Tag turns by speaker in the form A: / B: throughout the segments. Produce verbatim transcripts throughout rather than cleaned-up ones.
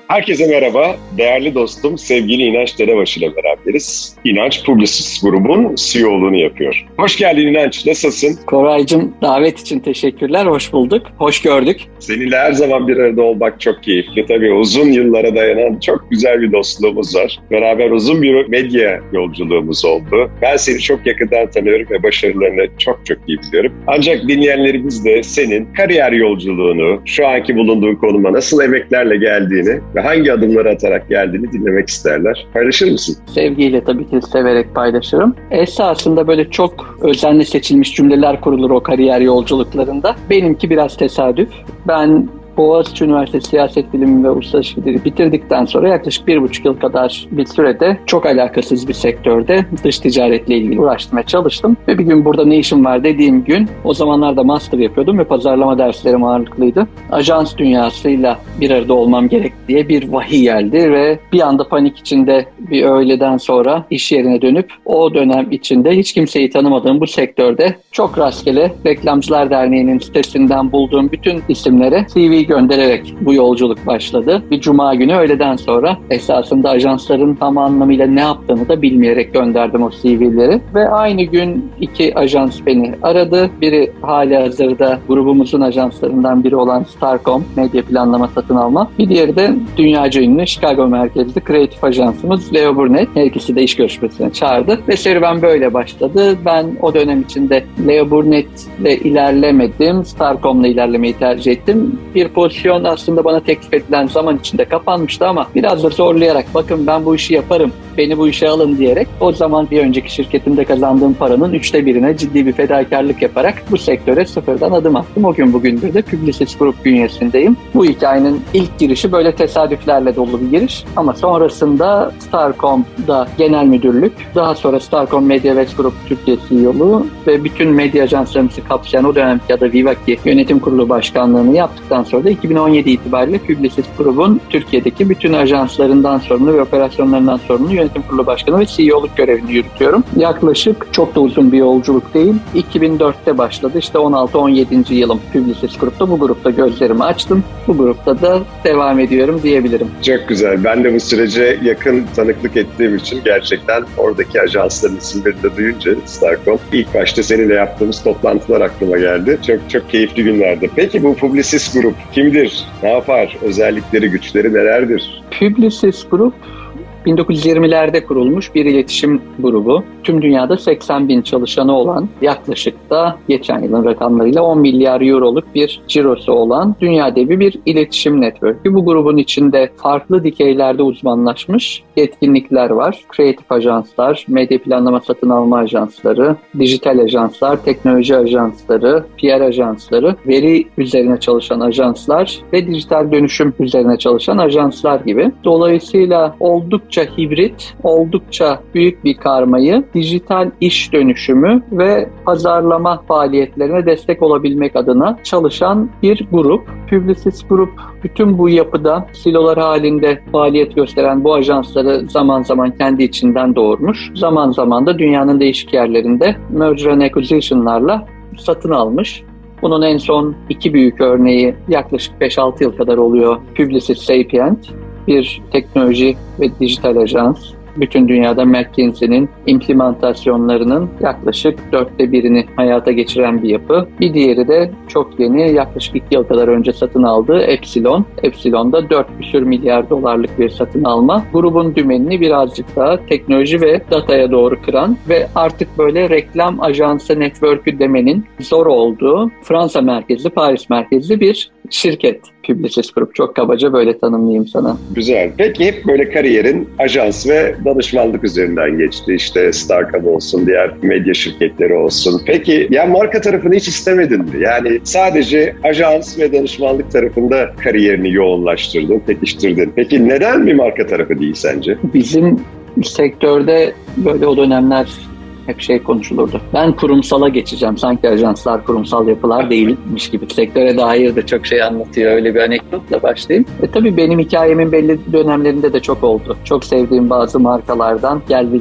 A: Herkese merhaba. Değerli dostum sevgili İnanç Dedebaşı ile beraberiz. İnanç Publicis grubun C E O'luğunu yapıyor. Hoş geldin İnanç. Nasılsın?
B: Koraycığım, davet için teşekkürler. Hoş bulduk. Hoş gördük.
A: Seninle her zaman bir arada olmak çok keyifli. Tabii uzun yıllara dayanan çok güzel bir dostluğumuz var. Beraber uzun bir medya yolculuğumuz oldu. Ben seni çok yakından tanıyorum ve başarılarını çok çok iyi biliyorum. Ancak dinleyenlerimiz de senin kariyer yolculuğunu, şu anki bulunduğun konuma nasıl emeklerle geldiğini ve hangi adımları atarak geldiğini dinlemek isterler. Paylaşır mısın?
B: Sevgiyle tabii ki severek paylaşırım. Esasında böyle çok özenle seçilmiş cümleler kurulur o kariyer yolculuklarında. Benimki biraz tesadüf. Ben Boğaziçi Üniversitesi Siyaset Bilimi ve Uluslararası İlişkileri bitirdikten sonra yaklaşık bir buçuk yıl kadar bir sürede çok alakasız bir sektörde dış ticaretle ilgili uğraştım ve çalıştım. Ve bir gün burada ne işim var dediğim gün, o zamanlarda master yapıyordum ve pazarlama derslerim ağırlıklıydı. Ajans dünyasıyla bir arada olmam gerek diye bir vahiy geldi ve bir anda panik içinde bir öğleden sonra iş yerine dönüp o dönem içinde hiç kimseyi tanımadığım bu sektörde çok rastgele Reklamcılar Derneği'nin sitesinden bulduğum bütün isimlere C V göndererek bu yolculuk başladı. Bir cuma günü öğleden sonra esasında ajansların tam anlamıyla ne yaptığını da bilmeyerek gönderdim o C V'leri. Ve aynı gün iki ajans beni aradı. Biri halihazırda grubumuzun ajanslarından biri olan Starcom, medya planlama satın alma. Bir diğeri de dünyaca ünlü Chicago merkezli kreatif ajansımız Leo Burnett. Her ikisi de iş görüşmesine çağırdı. Ve serüven böyle başladı. Ben o dönem içinde Leo Burnett'le ilerlemedim. Starcom'la ilerlemeyi tercih ettim. Bir pozisyon aslında bana teklif edilen zaman içinde kapanmıştı ama biraz da zorlayarak, bakın ben bu işi yaparım, beni bu işe alın diyerek o zaman bir önceki şirketimde kazandığım paranın üçte birine ciddi bir fedakarlık yaparak bu sektöre sıfırdan adım attım. O gün bugündür de Publicis Group bünyesindeyim. Bu hikayenin ilk girişi böyle tesadüflerle dolu bir giriş ama sonrasında Starcom'da genel müdürlük, daha sonra Starcom Media West Group Türkiye C E O'luğu ve bütün medya ajanslarımızı kapsayan o dönemki adı Vivaki Yönetim Kurulu Başkanlığı'nı yaptıktan sonra da iki bin on yedi itibariyle Publicis Group'un Türkiye'deki bütün ajanslarından sorumlu ve operasyonlarından sorumlu Yönetim Kurulu Başkanı ve C E O'luk görevini yürütüyorum. Yaklaşık çok da uzun bir yolculuk değil. iki bin dörtte başladı. İşte on altı on yedinci yılım Publicis Group'ta. Bu grupta gözlerimi açtım. Bu grupta da devam ediyorum diyebilirim.
A: Çok güzel. Ben de bu sürece yakın tanıklık ettiğim için gerçekten oradaki ajansların isimlerini de duyunca Starcom, ilk başta seninle yaptığımız toplantılar aklıma geldi. Çok çok keyifli günlerdi. Peki bu Publicis Group kimdir? Ne yapar? Özellikleri, güçleri nelerdir?
B: Publicis Group bin dokuz yüz yirmilerde kurulmuş bir iletişim grubu. Tüm dünyada seksen bin çalışanı olan, yaklaşık da geçen yılın rakamlarıyla on milyar euroluk bir cirosu olan dünya devi bir iletişim network'ü. Bu grubun içinde farklı dikeylerde uzmanlaşmış yetkinlikler var. Kreatif ajanslar, medya planlama satın alma ajansları, dijital ajanslar, teknoloji ajansları, P R ajansları, veri üzerine çalışan ajanslar ve dijital dönüşüm üzerine çalışan ajanslar gibi. Dolayısıyla oldukça hibrit, oldukça büyük bir karmayı dijital iş dönüşümü ve pazarlama faaliyetlerine destek olabilmek adına çalışan bir grup. Publicis Group bütün bu yapıda silolar halinde faaliyet gösteren bu ajansları zaman zaman kendi içinden doğurmuş. Zaman zaman da dünyanın değişik yerlerinde merger and acquisition'larla satın almış. Bunun en son iki büyük örneği yaklaşık beş altı yıl kadar oluyor. Publicis Sapient, bir teknoloji ve dijital ajans. Bütün dünyada McKinsey'nin implementasyonlarının yaklaşık dörtte birini hayata geçiren bir yapı. Bir diğeri de çok yeni, yaklaşık iki yıl kadar önce satın aldığı Epsilon. Epsilon da dört küsur milyar dolarlık bir satın alma. Grubun dümenini birazcık daha teknoloji ve dataya doğru kıran ve artık böyle reklam ajansı network'ü demenin zor olduğu Fransa merkezli, Paris merkezli bir şirket. Publicis Group. Çok kabaca böyle tanımlayayım sana.
A: Güzel. Peki hep böyle kariyerin ajans ve danışmanlık üzerinden geçti. İşte Starcom olsun, diğer medya şirketleri olsun. Peki ya marka tarafını hiç istemedin mi? Yani sadece ajans ve danışmanlık tarafında kariyerini yoğunlaştırdın, pekiştirdin. Peki neden bir marka tarafı değil sence?
B: Bizim sektörde böyle o dönemler hep şey konuşulurdu. Ben kurumsala geçeceğim. Sanki ajanslar kurumsal yapılar değilmiş gibi. Sektöre dair de çok şey anlatıyor. Öyle bir anekdotla başlayayım. E tabii benim hikayemin belli dönemlerinde de çok oldu. Çok sevdiğim bazı markalardan gel bizde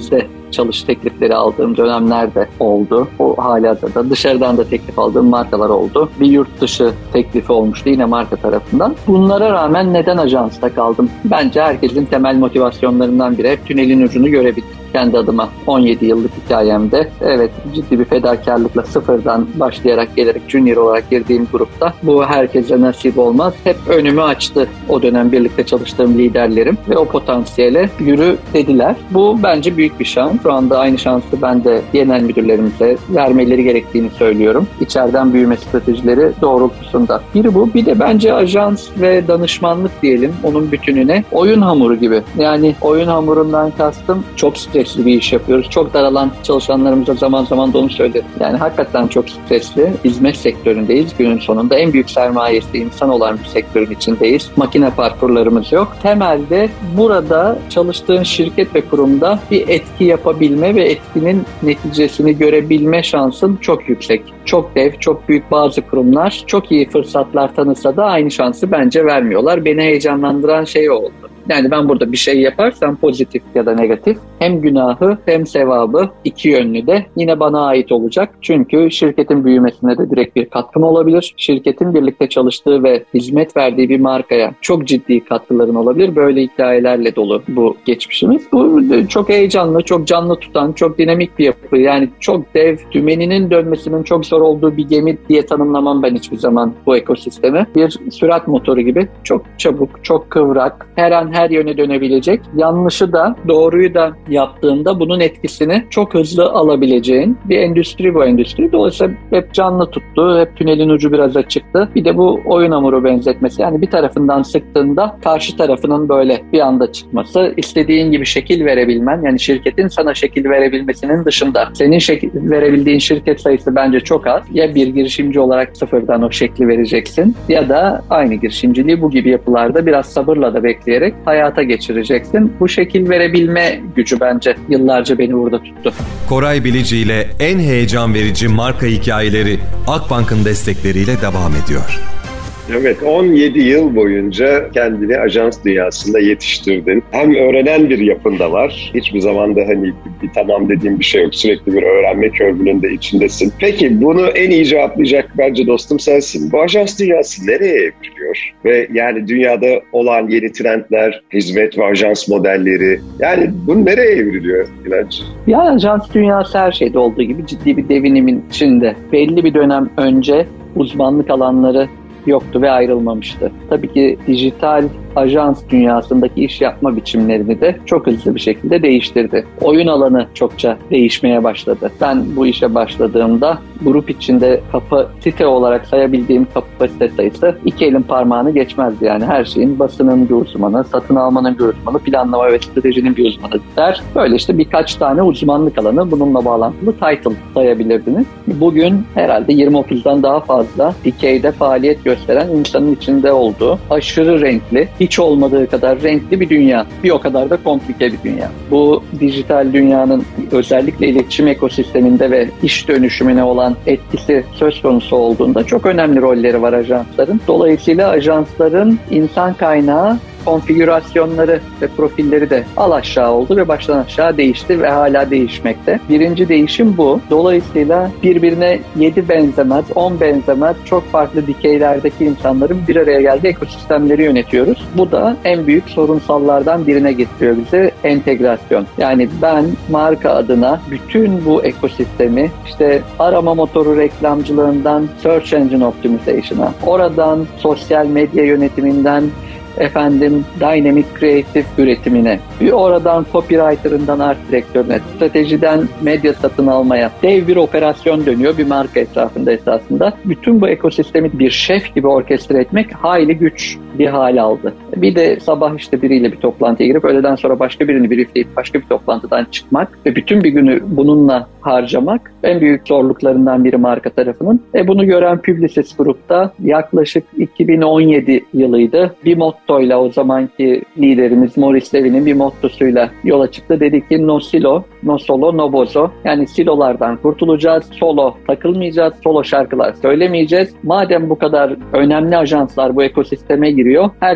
B: çalış teklifleri aldığım dönemlerde oldu. O halihazırda dışarıdan da teklif aldığım markalar oldu. Bir yurt dışı teklifi olmuştu yine marka tarafından. Bunlara rağmen neden ajansta kaldım? Bence herkesin temel motivasyonlarından biri hep tünelin ucunu görebilmek. Kendi adıma on yedi yıllık hikayemde evet ciddi bir fedakarlıkla sıfırdan başlayarak gelerek junior olarak girdiğim grupta bu herkese nasip olmaz. Hep önümü açtı o dönem birlikte çalıştığım liderlerim ve o potansiyele yürü dediler. Bu bence büyük bir şans. Şu anda aynı şansı ben de genel müdürlerimize vermeleri gerektiğini söylüyorum. İçeriden büyüme stratejileri doğrultusunda. Biri bu. Bir de bence ajans ve danışmanlık diyelim onun bütününe oyun hamuru gibi. Yani oyun hamurundan kastım çok stresli bir iş yapıyoruz. Çok daralan çalışanlarımıza zaman zaman da onu söylerim. Yani hakikaten çok stresli. Hizmet sektöründeyiz. Günün sonunda en büyük sermayesi insan olan bir sektörün içindeyiz. Makine parkurlarımız yok. Temelde burada çalıştığın şirket ve kurumda bir etki yapabilme ve etkinin neticesini görebilme şansın çok yüksek. Çok dev, çok büyük bazı kurumlar çok iyi fırsatlar tanısa da aynı şansı bence vermiyorlar. Beni heyecanlandıran şey oldu. Yani ben burada bir şey yaparsam pozitif ya da negatif hem günahı hem sevabı iki yönlü de yine bana ait olacak. Çünkü şirketin büyümesine de direkt bir katkım olabilir. Şirketin birlikte çalıştığı ve hizmet verdiği bir markaya çok ciddi katkıların olabilir. Böyle hikayelerle dolu bu geçmişimiz. Bu çok heyecanlı, çok canlı tutan, çok dinamik bir yapı. Yani çok dev, dümeninin dönmesinin çok zor olduğu bir gemi diye tanımlamam ben hiçbir zaman bu ekosistemi. Bir sürat motoru gibi çok çabuk, çok kıvrak, her an her yöne dönebilecek. Yanlışı da doğruyu da yaptığında bunun etkisini çok hızlı alabileceğin bir endüstri bu endüstri. Dolayısıyla hep canlı tuttu. Hep tünelin ucu biraz açıktı. Bir de bu oyun hamuru benzetmesi. Yani bir tarafından sıktığında karşı tarafının böyle bir anda çıkması, istediğin gibi şekil verebilmen, yani şirketin sana şekil verebilmesinin dışında senin şekil verebildiğin şirket sayısı bence çok az. Ya bir girişimci olarak sıfırdan o şekli vereceksin ya da aynı girişimciliği bu gibi yapılarda biraz sabırla da bekleyerek hayata geçireceksin. Bu şekil verebilme gücü bence yıllarca beni burada tuttu.
C: Koray Bilici ile en heyecan verici marka hikayeleri Akbank'ın destekleriyle devam ediyor.
A: Evet, on yedi yıl boyunca kendini ajans dünyasında yetiştirdin. Hem öğrenen bir yapın da var. Hiçbir zaman da hani bir tamam dediğim bir şey yok. Sürekli bir öğrenme körbünün de içindesin. Peki bunu en iyi cevaplayacak bence dostum sensin. Bu ajans dünyası nereye evriliyor? Ve yani dünyada olan yeni trendler, hizmet ve ajans modelleri, yani bu nereye evriliyor İlhanç?
B: Ya ajans dünyası her şeyde olduğu gibi ciddi bir devinimin içinde. Belli bir dönem önce uzmanlık alanları yoktu ve ayrılmamıştı. Tabii ki dijital ajans dünyasındaki iş yapma biçimlerini de çok hızlı bir şekilde değiştirdi. Oyun alanı çokça değişmeye başladı. Ben bu işe başladığımda grup içinde kapasite olarak sayabildiğim kapasite sayısı iki elin parmağını geçmezdi. Yani her şeyin basının bir uzmanı, satın almanın bir uzmanı, planlama ve stratejinin bir uzmanı der. Böyle işte birkaç tane uzmanlık alanı bununla bağlantılı title sayabilirdiniz. Bugün herhalde yirmi otuzdan daha fazla dikeyde faaliyet gösteren insanın içinde olduğu aşırı renkli, hiç olmadığı kadar renkli bir dünya. Bir o kadar da komplike bir dünya. Bu dijital dünyanın özellikle iletişim ekosisteminde ve iş dönüşümüne olan etkisi söz konusu olduğunda çok önemli rolleri var ajansların. Dolayısıyla ajansların insan kaynağı konfigürasyonları ve profilleri de al aşağı oldu ve baştan aşağı değişti ve hala değişmekte. Birinci değişim bu. Dolayısıyla birbirine yedi benzemez, on benzemez çok farklı dikeylerdeki insanların bir araya geldiği ekosistemleri yönetiyoruz. Bu da en büyük sorunsallardan birine getiriyor bize entegrasyon. Yani ben marka adına bütün bu ekosistemi işte arama motoru reklamcılığından search engine optimization'a, oradan sosyal medya yönetiminden efendim dynamic creative üretimine, bir oradan copywriter'ından art direktörüne, stratejiden medya satın almaya dev bir operasyon dönüyor bir marka etrafında esasında. Bütün bu ekosistemi bir şef gibi orkestre etmek hayli güç bir hal aldı. Bir de sabah işte biriyle bir toplantıya girip öğleden sonra başka birini briefleyip başka bir toplantıdan çıkmak ve bütün bir günü bununla harcamak en büyük zorluklarından biri marka tarafının. E bunu gören Publicis Group'ta yaklaşık iki bin on yedi yılıydı. Bir mottoyla o zamanki liderimiz Maurice Levy'nin bir mottosuyla yola çıktı. Dedi ki no silo, no solo, no bozo. Yani silolardan kurtulacağız, solo takılmayacağız, solo şarkılar söylemeyeceğiz. Madem bu kadar önemli ajanslar bu ekosisteme giriyor, herkes kendi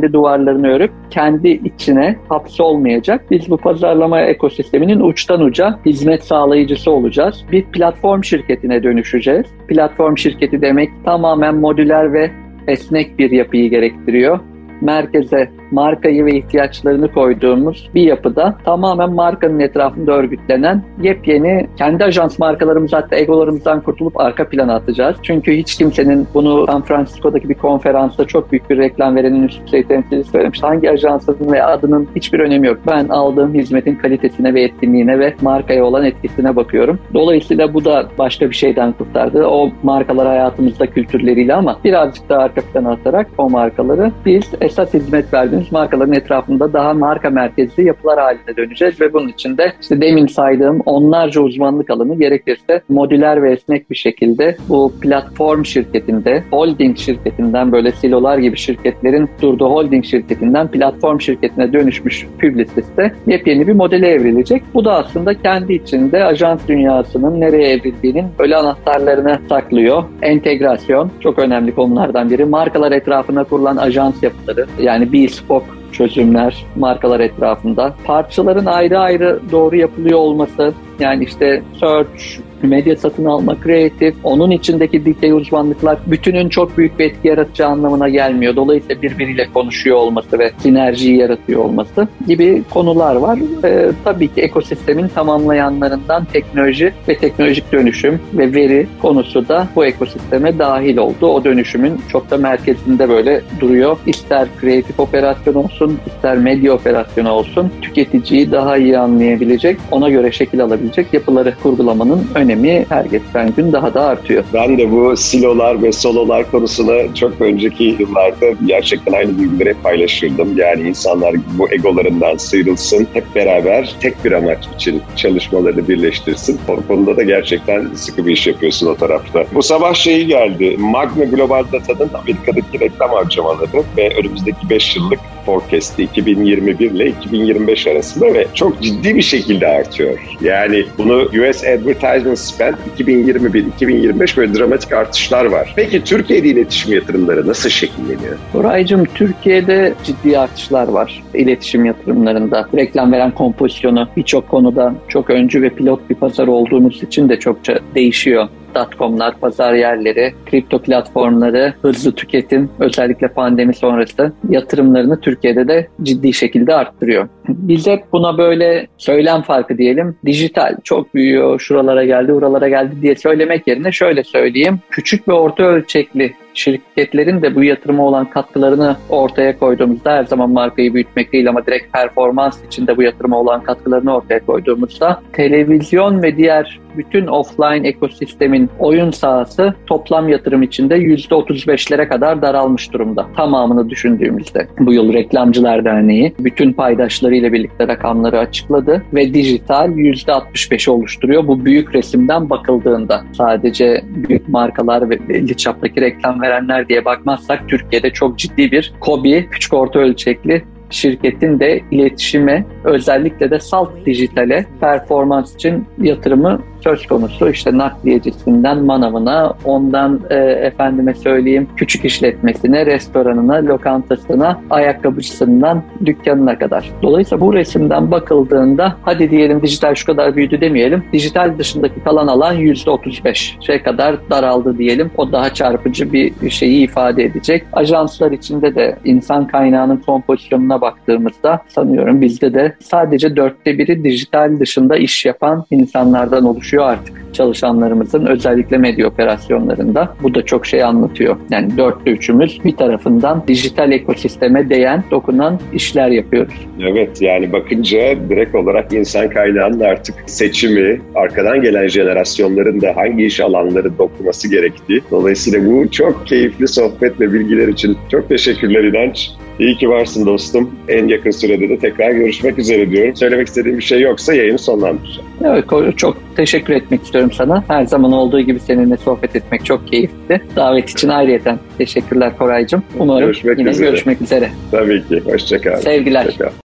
B: kendi duvarlarını örüp kendi içine hapsolmayacak. Biz bu pazarlama ekosisteminin uçtan uca hizmet sağlayıcısı olacağız. Bir platform şirketine dönüşeceğiz. Platform şirketi demek tamamen modüler ve esnek bir yapıyı gerektiriyor. Merkeze markayı ve ihtiyaçlarını koyduğumuz bir yapıda tamamen markanın etrafında örgütlenen yepyeni kendi ajans markalarımız, hatta egolarımızdan kurtulup arka plana atacağız. Çünkü hiç kimsenin bunu San Francisco'daki bir konferansta çok büyük bir reklam verenin üst düzey temsilcisi söylemiş. Hangi ajansın ve adının hiçbir önemi yok. Ben aldığım hizmetin kalitesine ve etkinliğine ve markaya olan etkisine bakıyorum. Dolayısıyla bu da başka bir şeyden kurtardı. O markalar hayatımızda kültürleriyle ama birazcık daha arka plana atarak o markaları biz esas hizmet verdiğimiz markaların etrafında daha marka merkezli yapılar haline döneceğiz ve bunun için de işte demin saydığım onlarca uzmanlık alanı gerekirse modüler ve esnek bir şekilde bu platform şirketinde, holding şirketinden, böyle silolar gibi şirketlerin durduğu holding şirketinden platform şirketine dönüşmüş Publicis'te yepyeni bir modele evrilecek. Bu da aslında kendi içinde ajans dünyasının nereye evrildiğinin böyle anahtarlarını saklıyor. Entegrasyon çok önemli konulardan biri. Markalar etrafına kurulan ajans yapıları, yani bespoke çözümler markalar etrafında. Parçaların ayrı ayrı doğru yapılıyor olması, yani işte search, medya satın alma, kreatif, onun içindeki dikey uzmanlıklar bütünün çok büyük bir etki yaratacağı anlamına gelmiyor. Dolayısıyla birbiriyle konuşuyor olması ve sinerjiyi yaratıyor olması gibi konular var. Ee, tabii ki ekosistemin tamamlayanlarından teknoloji ve teknolojik dönüşüm ve veri konusu da bu ekosisteme dahil oldu. O dönüşümün çok da merkezinde böyle duruyor. İster kreatif operasyon olsun, ister medya operasyonu olsun, tüketiciyi daha iyi anlayabilecek, ona göre şekil alabilecek yapıları kurgulamanın önemi her geçen gün daha da artıyor.
A: Ben de bu silolar ve sololar konusuna çok önceki yıllarda gerçekten aynı duyguları hep paylaşırdım. Yani insanlar bu egolarından sıyrılsın, hep beraber tek bir amaç için çalışmalarını birleştirsin. O konuda da gerçekten sıkı bir iş yapıyorsun o tarafta. Bu sabah şeyi geldi, Magna Global Data'nın Amerika'daki reklam harcamaları ve önümüzdeki beş yıllık forecast'i iki bin yirmi bir ile iki bin yirmi beş arasında ve çok ciddi bir şekilde artıyor. Yani bunu U S Advertisement Spend iki bin yirmi bir iki bin yirmi beş böyle dramatik artışlar var. Peki Türkiye'de iletişim yatırımları nasıl şekilleniyor?
B: Koraycığım, Türkiye'de ciddi artışlar var iletişim yatırımlarında. Reklam veren kompozisyonu birçok konuda çok öncü ve pilot bir pazar olduğumuz için de çokça değişiyor. Dotcom'lar, pazar yerleri, kripto platformları, hızlı tüketim, özellikle pandemi sonrası yatırımlarını Türkiye'de de ciddi şekilde arttırıyor. Biz hep buna böyle söylem farkı diyelim, dijital çok büyüyor, şuralara geldi, buralara geldi diye söylemek yerine şöyle söyleyeyim, küçük ve orta ölçekli şirketlerin de bu yatırıma olan katkılarını ortaya koyduğumuzda, her zaman markayı büyütmek değil ama direkt performans içinde bu yatırıma olan katkılarını ortaya koyduğumuzda televizyon ve diğer bütün offline ekosistemin oyun sahası toplam yatırım içinde yüzde otuz beşlere kadar daralmış durumda. Tamamını düşündüğümüzde. Bu yıl Reklamcılar Derneği bütün paydaşlarıyla birlikte rakamları açıkladı ve dijital yüzde altmış beşi oluşturuyor. Bu büyük resimden bakıldığında, sadece büyük markalar ve belli çaptaki reklam verenler diye bakmazsak Türkiye'de çok ciddi bir KOBİ, küçük orta ölçekli şirketin de iletişime, özellikle de salt dijitale performans için yatırımı söz konusu. İşte nakliyecisinden manavına, ondan e, efendime söyleyeyim küçük işletmesine, restoranına, lokantasına, ayakkabıcısından dükkanına kadar. Dolayısıyla bu resimden bakıldığında hadi diyelim dijital şu kadar büyüdü demeyelim. Dijital dışındaki kalan alan yüzde otuz beş şey kadar daraldı diyelim. O daha çarpıcı bir şeyi ifade edecek. Ajanslar içinde de insan kaynağının kompozisyonuna baktığımızda sanıyorum bizde de sadece dörtte biri dijital dışında iş yapan insanlardan oluşuyor artık çalışanlarımızın, özellikle medya operasyonlarında. Bu da çok şey anlatıyor. Yani dörtte üçümüz bir tarafından dijital ekosisteme değen, dokunan işler yapıyoruz.
A: Evet, yani bakınca direkt olarak insan kaynağının artık seçimi, arkadan gelen jenerasyonların da hangi iş alanları dokuması gerektiği. Dolayısıyla bu çok keyifli sohbet ve bilgiler için çok teşekkürler İnanç. İyi ki varsın dostum. En yakın sürede de tekrar görüşmek üzere diyorum. Söylemek istediğim bir şey yoksa yayını sonlandıracağım.
B: Evet, çok teşekkür etmek istiyorum sana. Her zaman olduğu gibi seninle sohbet etmek çok keyifli. Davet için ayrıyeten teşekkürler Koraycığım. Umarım görüşmek yine üzere. görüşmek üzere.
A: Tabii ki. Hoşça kal.
B: Sevgiler.
A: Hoşça kal.